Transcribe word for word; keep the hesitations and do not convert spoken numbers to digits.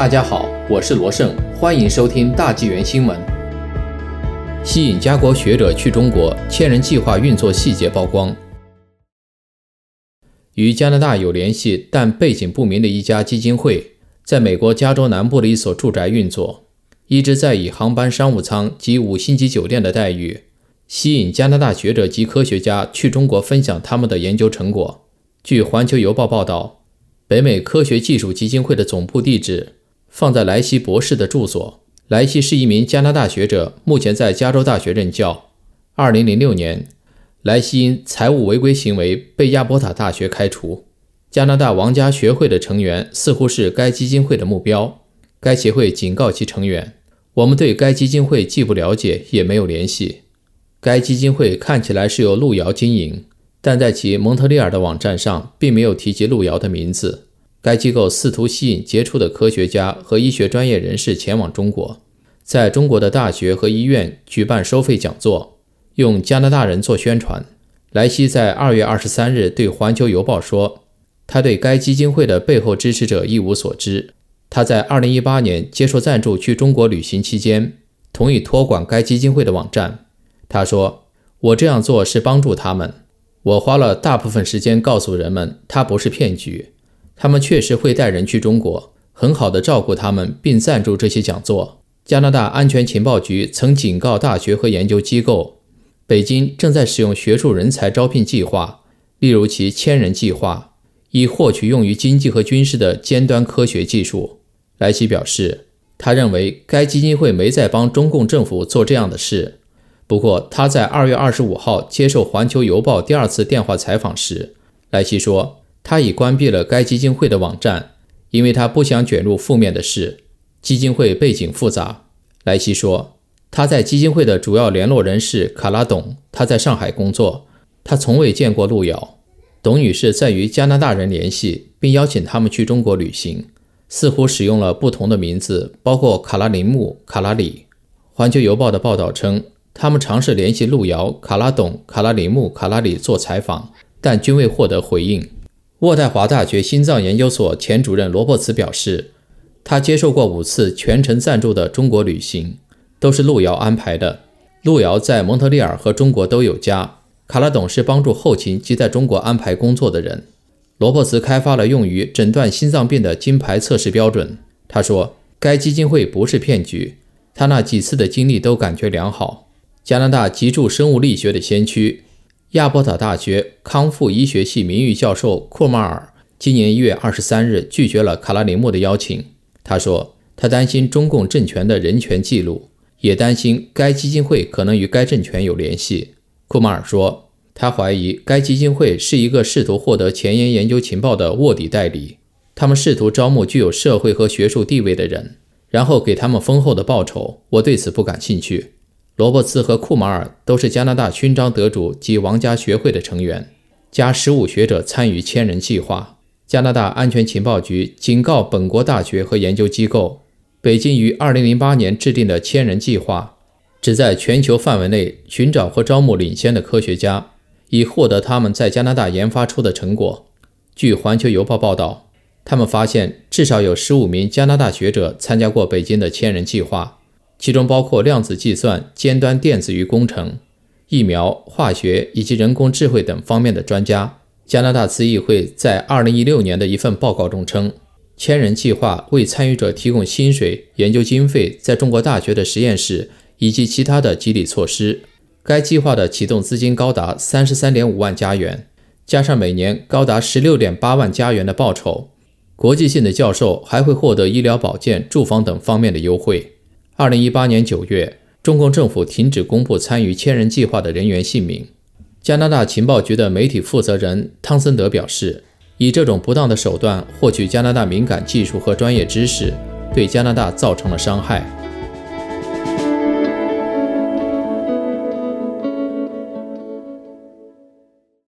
大家好，我是罗胜，欢迎收听大纪元新闻。吸引加国学者去中国，千人计划运作细节曝光。与加拿大有联系但背景不明的一家基金会，在美国加州南部的一所住宅运作，一直在以航班商务舱及五星级酒店的待遇，吸引加拿大学者及科学家去中国分享他们的研究成果。据环球邮报报道，北美科学技术基金会的总部地址放在莱西博士的住所。莱西是一名加拿大学者，目前在加州大学任教。二零零六年，莱西因财务违规行为被亚伯塔大学开除。加拿大王家学会的成员似乎是该基金会的目标。该协会警告其成员，我们对该基金会既不了解也没有联系。该基金会看起来是由路遥经营，但在其蒙特利尔的网站上并没有提及路遥的名字。该机构试图吸引杰出的科学家和医学专业人士前往中国，在中国的大学和医院举办收费讲座，用加拿大人做宣传。莱西在二月二十三日对环球邮报说，他对该基金会的背后支持者一无所知。他在二零一八年接受赞助去中国旅行期间，同意托管该基金会的网站。他说，我这样做是帮助他们。我花了大部分时间告诉人们，它不是骗局。他们确实会带人去中国，很好地照顾他们并赞助这些讲座。加拿大安全情报局曾警告大学和研究机构，北京正在使用学术人才招聘计划，例如其千人计划，以获取用于经济和军事的尖端科学技术。莱西表示，他认为该基金会没在帮中共政府做这样的事。不过他在二月二十五号接受环球邮报第二次电话采访时，莱西说，他已关闭了该基金会的网站，因为他不想卷入负面的事。基金会背景复杂。莱西说，他在基金会的主要联络人是卡拉董，他在上海工作，他从未见过路遥。董女士在与加拿大人联系，并邀请他们去中国旅行，似乎使用了不同的名字，包括卡拉林木、卡拉里。环球邮报的报道称，他们尝试联系路遥、卡拉董、卡拉林木、卡拉里做采访，但均未获得回应。渥太华大学心脏研究所前主任罗伯茨表示，他接受过五次全程赞助的中国旅行，都是路遥安排的。路遥在蒙特利尔和中国都有家。卡拉董是帮助后勤及在中国安排工作的人。罗伯茨开发了用于诊断心脏病的金牌测试标准。他说，该基金会不是骗局，他那几次的经历都感觉良好。加拿大脊柱生物力学的先驱，亚伯塔大学康复医学系名誉教授库马尔今年一月二十三日拒绝了卡拉林木的邀请。他说，他担心中共政权的人权记录，也担心该基金会可能与该政权有联系。库马尔说，他怀疑该基金会是一个试图获得前沿研究情报的卧底代理，他们试图招募具有社会和学术地位的人，然后给他们丰厚的报酬。我对此不感兴趣。罗伯茨和库马尔都是加拿大勋章得主及王家学会的成员，加十五学者参与千人计划。加拿大安全情报局警告本国大学和研究机构，北京于二零零八年制定的千人计划旨在全球范围内寻找和招募领先的科学家，以获得他们在加拿大研发出的成果。据环球邮报报道，他们发现至少有十五名加拿大学者参加过北京的千人计划，其中包括量子计算、尖端电子与工程、疫苗、化学以及人工智慧等方面的专家。加拿大咨议会在二零一六年的一份报告中称，千人计划为参与者提供薪水、研究经费、在中国大学的实验室以及其他的激励措施。该计划的启动资金高达 三十三点五万加元，加上每年高达 十六点八万加元的报酬。国际性的教授还会获得医疗保健、住房等方面的优惠。二零一八年九月，中共政府停止公布参与千人计划的人员姓名。加拿大情报局的媒体负责人汤森德表示，以这种不当的手段获取加拿大敏感技术和专业知识，对加拿大造成了伤害。